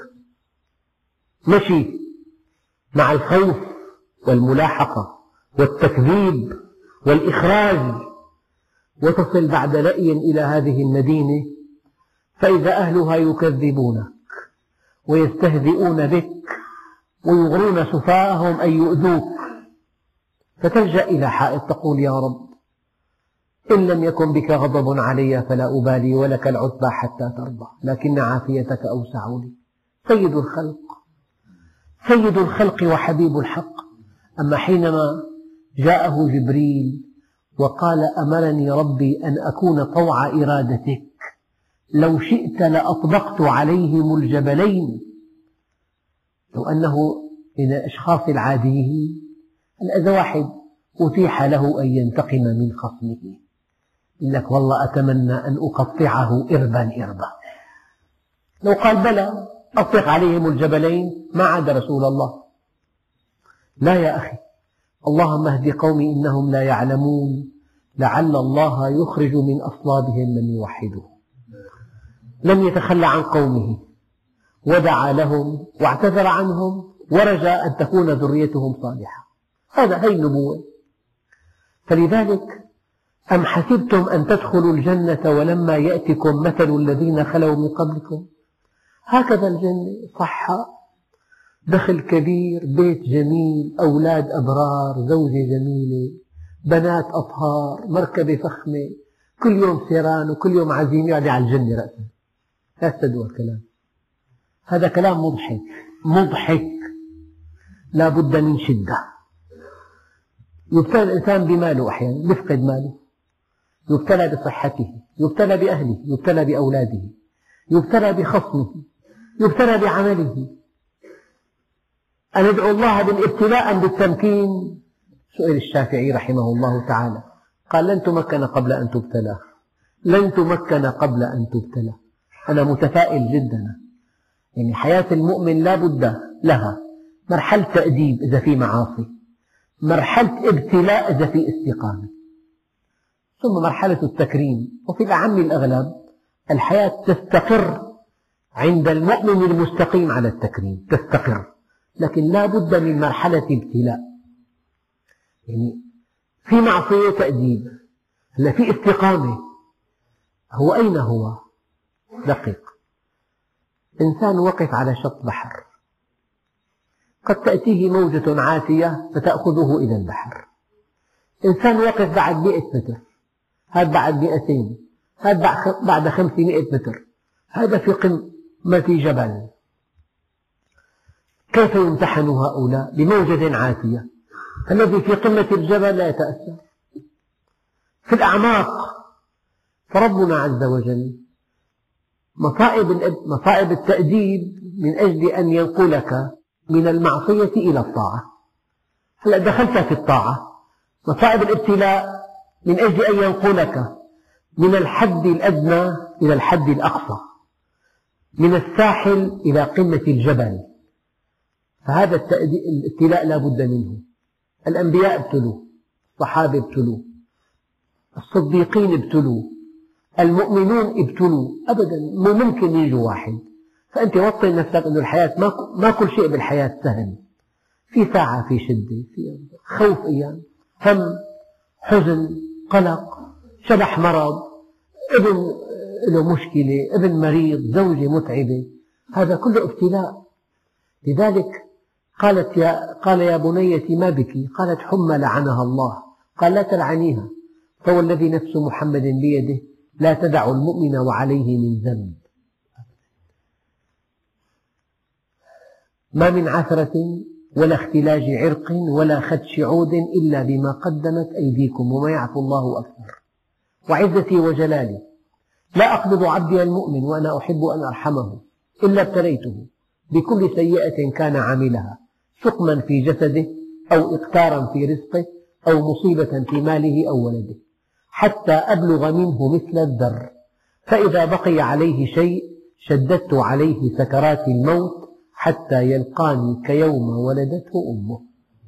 مشي مع الخوف والملاحقة والتكذيب والإخراج، وتصل بعد لأي إلى هذه المدينة فإذا أهلها يكذبونك ويستهزئون بك ويغرون سفاههم أن يؤذوك، فتلجأ إلى حائط تقول يا رب إن لم يكن بك غضب علي فلا أبالي ولك العتبى حتى ترضى لكن عافيتك أوسع لي. سيد الخلق سيد الخلق وحبيب الحق. أما حينما جاءه جبريل وقال أمرني ربي أن أكون طوع إرادتك لو شئت لأطبقت عليهم الجبلين، لو أنه من الأشخاص العاديين الأذى واحد أتيح له أن ينتقم من خصمه، يقول لك والله أتمنى أن أقطعه إربا إربا. لو قال بلى أطلق عليهم الجبلين ما عاد رسول الله. لا يا أخي، اللهم اهد قومي إنهم لا يعلمون لعل الله يخرج من أصلابهم من يوحده. لم يتخلى عن قومه ودعا لهم واعتذر عنهم ورجى أن تكون ذريتهم صالحة. هذا هي النبوة. فلذلك أم حسبتم أن تدخلوا الجنة ولما يأتكم مثل الذين خلوا من قبلكم. هكذا الجنة صحة، دخل كبير، بيت جميل، أولاد أبرار، زوجة جميلة، بنات أطهار، مركبة فخمة، كل يوم سيران وكل يوم عزيمة يعني على الجنة رأسا. لا تصدقوا الكلام هذا، كلام مضحك مضحك. لا بد من شدة. يبتلى الإنسان بماله، أحيانا يفقد ماله، يبتلى بصحته، يبتلى بأهله، يبتلى بأولاده، يبتلى بخصمه، يبتلى بعمله. أن ندعو الله بالابتلاء بالتمكين. سئل الشافعي رحمه الله تعالى قال لن تمكن قبل أن تبتلى، لن تمكن قبل أن تبتلى. أنا متفائل جدا، يعني حياة المؤمن لا بد لها مرحلة تأديب إذا في معاصي، مرحلة ابتلاء إذا في استقامة، ثم مرحلة التكريم. وفي الأعم الأغلب الحياة تستقر عند المؤمن المستقيم على التكريم، تستقر، لكن لا بد من مرحلة ابتلاء. يعني في معصية تأديب، هلا في استقامة. هو أين هو؟ دقيق. إنسان وقف على شط بحر، قد تأتيه موجة عاتية فتأخذه إلى البحر. إنسان وقف بعد مئة متر، هذا بعد مئتين، هذا بعد خمسمائة متر، هذا في قمة جبل. كيف يمتحن هؤلاء؟ بموجة عاتية. الذي في قمة الجبل لا يتأثر، في الأعماق. فربنا عز وجل مصائب مصائب التأديب من أجل أن ينقلك من المعصية إلى الطاعة. هلأ دخلت في الطاعة. مصائب الابتلاء من أجل أن ينقلك من الحد الأدنى إلى الحد الأقصى، من الساحل إلى قمة الجبل. فهذا الابتلاء لا بد منه. الأنبياء ابتلوا، الصحابة ابتلوا، الصديقين ابتلوا، المؤمنون ابتلوا. أبدا مو ممكن ينجو واحد. فأنت وطن نفسك أن الحياة ما كل شيء بالحياة سهل. في ساعة في شدة، في خوف، أيام هم، حزن، قلق، شبح مرض، ابن له مشكلة، ابن مريض، زوجة متعبة، هذا كله ابتلاء. لذلك قالت يا قال يا بنيتي ما بك؟ قالت حمى لعنها الله. قال لا تلعنيها، فهو الذي نفس محمد بيده لا تدع المؤمن وعليه من ذنب. ما من عثرة ولا اختلاج عرق ولا خدش عود إلا بما قدمت أيديكم وما يعفو الله أكثر. وعزتي وجلالي لا أقبض عبدي المؤمن وأنا أحب أن أرحمه إلا ابتليته بكل سيئة كان عاملها، سقما في جسده أو إقتارا في رزقه أو مصيبة في ماله أو ولده، حتى أبلغ منه مثل الذر، فإذا بقي عليه شيء شددت عليه سكرات الموت حتى يلقاني كيوم ولدته أمه.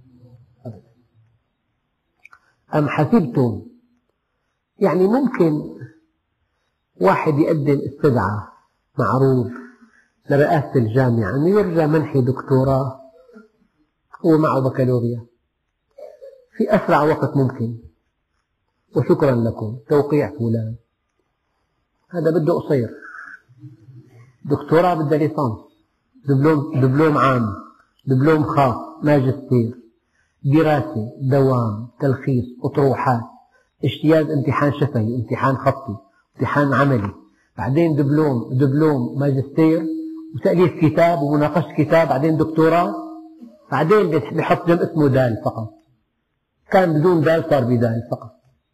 أم حسبتم، يعني ممكن واحد يقدم استدعاء معروض لرئاسة الجامعة أنه يرجى منحي دكتوراه ومعه بكالوريا في أسرع وقت ممكن، وشكرا لكم توقيع فلان. هذا بده قصير، دكتوراه بدها ليسانس، دبلوم, دبلوم عام، دبلوم خاص، ماجستير، دراسة، دوام، تلخيص، أطروحات، اجتياز، امتحان شفهي، امتحان خطي، امتحان عملي، بعدين دبلوم، دبلوم ماجستير، وتأليف كتاب ومناقشة كتاب، بعدين دكتوراه، بعدين بيحط جنب اسمه دال فقط. كان بدون دال صار بدال فقط.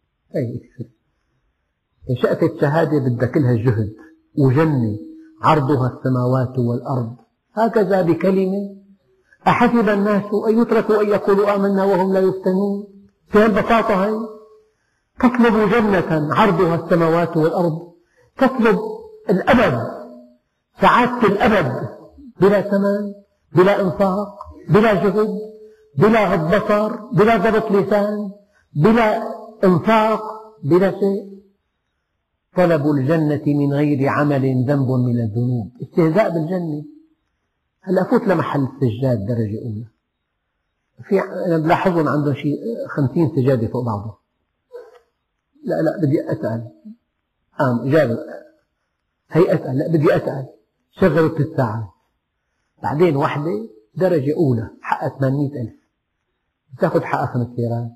شأفة شهادة بدها كلها جهد وجنة عرضها السماوات والأرض، هكذا بكلمة أحسب الناس أن يتركوا أن يقولوا آمنا وهم لا يفتنون. في هالبساطة هي تطلب جنة عرضها السماوات والأرض، تطلب الأبد، سعادة الأبد بلا ثمن، بلا إنفاق، بلا جهد، بلا غض بصر، بلا ضبط لسان، بلا إنفاق، بلا شيء. طلب الجنة من غير عمل ذنب من الذنوب، استهزاء بالجنة. هلا أفوت لمحل السجاد درجة أولى، في أنا بلاحظهم عندهم شيء خمسين سجادة فوق بعضها. لا لا بدي أتقل، آم جاب هي أتقل، لا بدي أتقل، شغلوا ثلاث ساعات. بعدين وحدة درجة أولى حقها ثمانمئة ألف، بتاخذ حقها خمس ليرات.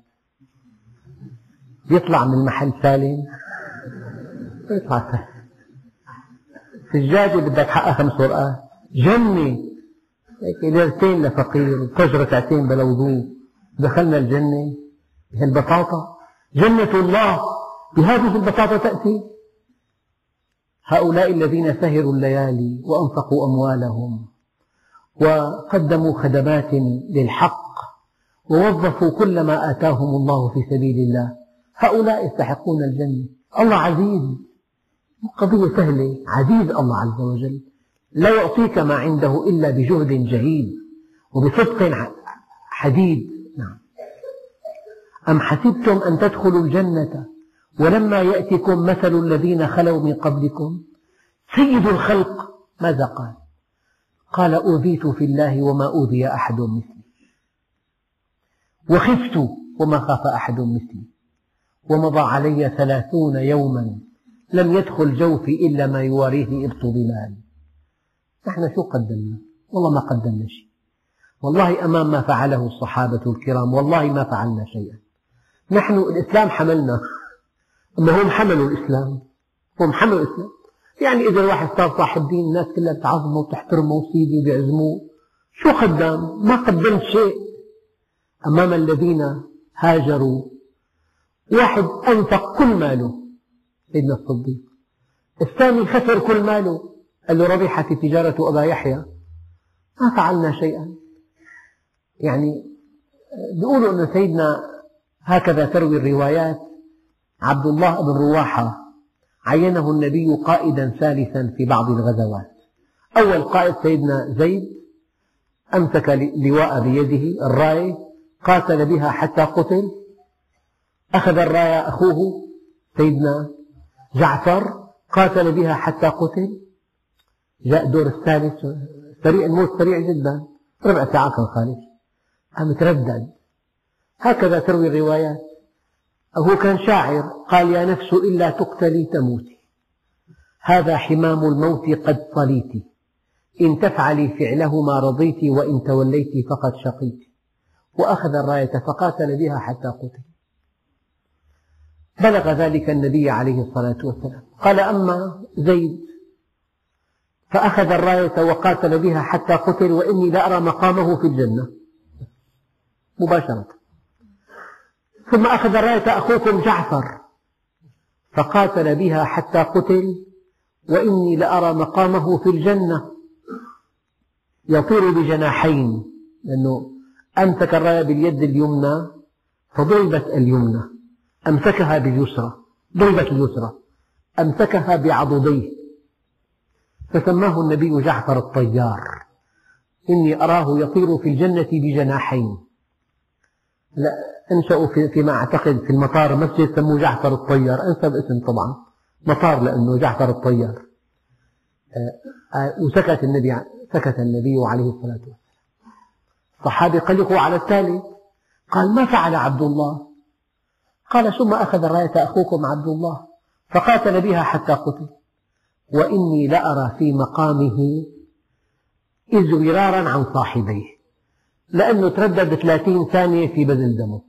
بيطلع من المحل سالم، بيطلع سالم. سجادة بدك حقها خمس ورقات، جنة هيك ليرتين لفقير وفجر ركعتين بلا وضوء، دخلنا الجنة بهالبساطة. جنة الله بهذه البساطة تأتي. هؤلاء الذين سهروا الليالي وأنفقوا أموالهم وقدموا خدمات للحق ووظفوا كل ما آتاهم الله في سبيل الله، هؤلاء يستحقون الجنة. الله عزيز، قضية سهلة، عزيز الله عز وجل، لا يعطيك ما عنده إلا بجهد جهيد وبصدق حديد. نعم. أم حسبتم أن تدخلوا الجنة ولما يأتكم مثل الذين خلوا من قبلكم. سيد الخلق ماذا قال؟ قال أوذيت في الله وما أوذي أحد مثلي، وخفت وما خاف أحد مثلي، ومضى علي ثلاثون يوما لم يدخل جوفي إلا ما يواريه إبط ظلال. نحن شو قدمنا؟ والله ما قدمنا شيء، والله أمام ما فعله الصحابة الكرام والله ما فعلنا شيئا. نحن الإسلام حملنا، أما هم حملوا الإسلام، هم حملوا الإسلام. يعني إذا الواحد صار صاحب دين الناس كلها بتعظمه وتحترمه وسيدي وبيعزموه، شو قدم؟ ما قدم شيء أمام الذين هاجروا. واحد أنفق كل ماله، سيدنا الصديق، الثاني خسر كل ماله، قال له ربحت تجارة أبا يحيى، ما فعلنا شيئا. يعني بيقولوا أن سيدنا هكذا تروي الروايات عبد الله بن رواحة عينه النبي قائدا ثالثا في بعض الغزوات. أول قائد سيدنا زيد أمسك لواء بيده الراية، قاتل بها حتى قتل. أخذ الراية أخوه سيدنا جعفر، قاتل بها حتى قتل. جاء الدور الثالث، سريع الموت سريع جدا، ربع ساعة كان خالد، قام تردد. هكذا تروي الروايات. هو كان شاعر، قال يا نفس إلا تقتلي تموتي، هذا حمام الموت قد صليت، إن تفعلي فعله ما رضيت، وإن توليت فقد شقيت. وأخذ الراية فقاتل بها حتى قتل. بلغ ذلك النبي عليه الصلاة والسلام، قال أما زيد فأخذ الراية وقاتل بها حتى قتل، وإني لأرى مقامه في الجنة مباشرة. ثم أخذ الراية أخوكم جعفر فقاتل بها حتى قتل، وإني لأرى مقامه في الجنة يطير بجناحين، لأنه أمسك الراية باليد اليمنى فضربت اليمنى، أمسكها باليسرى ضربت اليسرى، أمسكها بعضديه، فسماه النبي جعفر الطيار، إني أراه يطير في الجنة بجناحين. لا أنشأوا فيما أعتقد في المطار مسجد سموه جعفر الطيار، أنسب اسم طبعا، مطار لأنه جعفر الطيار. وسكت النبي سكت النبي عليه الصلاة والسلام. الصحابي قلقوا على الثالث، قال ما فعل عبد الله؟ قال ثم أخذ الراية أخوكم عبد الله فقاتل بها حتى قتل، وإني لأرى في مقامه إزورارا عن صاحبيه، لأنه تردد ثلاثين ثانية في بذل دمه.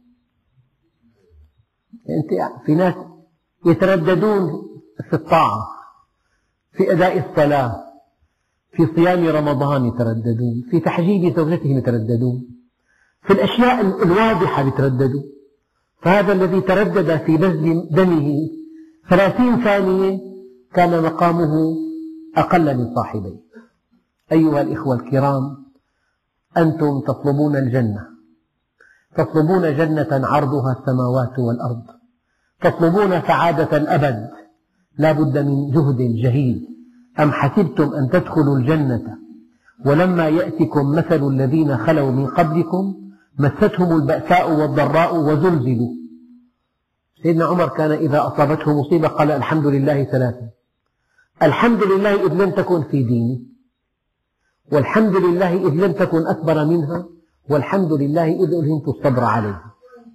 أنت في ناس يترددون في الطاعة، في أداء الصلاة، في صيام رمضان يترددون، في تحجيب زوجتهم يترددون، في الأشياء الواضحة يترددوا. فهذا الذي تردد في بذل دمه ثلاثين ثانية كان مقامه أقل من صاحبيه. أيها الإخوة الكرام، أنتم تطلبون الجنة، تطلبون جنة عرضها السماوات والأرض، تطلبون سعادة الأبد، لا بد من جهد جهيد. أم حسبتم أن تدخلوا الجنة ولما يأتكم مثل الذين خلوا من قبلكم مستهم البأساء والضراء وزلزلوا. سيدنا عمر كان إذا أصابته مصيبة قال الحمد لله ثلاثا: الحمد لله إذ لم تكن في ديني، والحمد لله إذ لم تكن أكبر منها، والحمد لله إذ ألهمت الصبر عليها.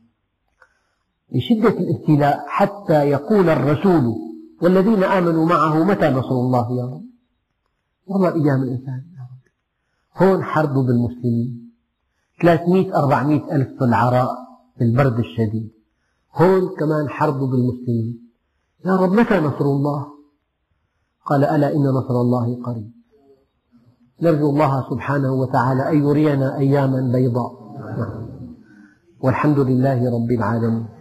لشدة الابتلاء حتى يقول الرسول والذين آمنوا معه متى نصر الله يا رب؟ والله أيام الإنسان يا رب. هون حرب بالمسلمين، ثلاثمئة أربعمئة ألف في العراء في البرد الشديد، هون كمان حرب بالمسلمين. يا رب متى نصر الله؟ قال ألا إن نصر الله قريب. نرجو الله سبحانه وتعالى أن يرينا أياما بيضاء، والحمد لله رب العالمين.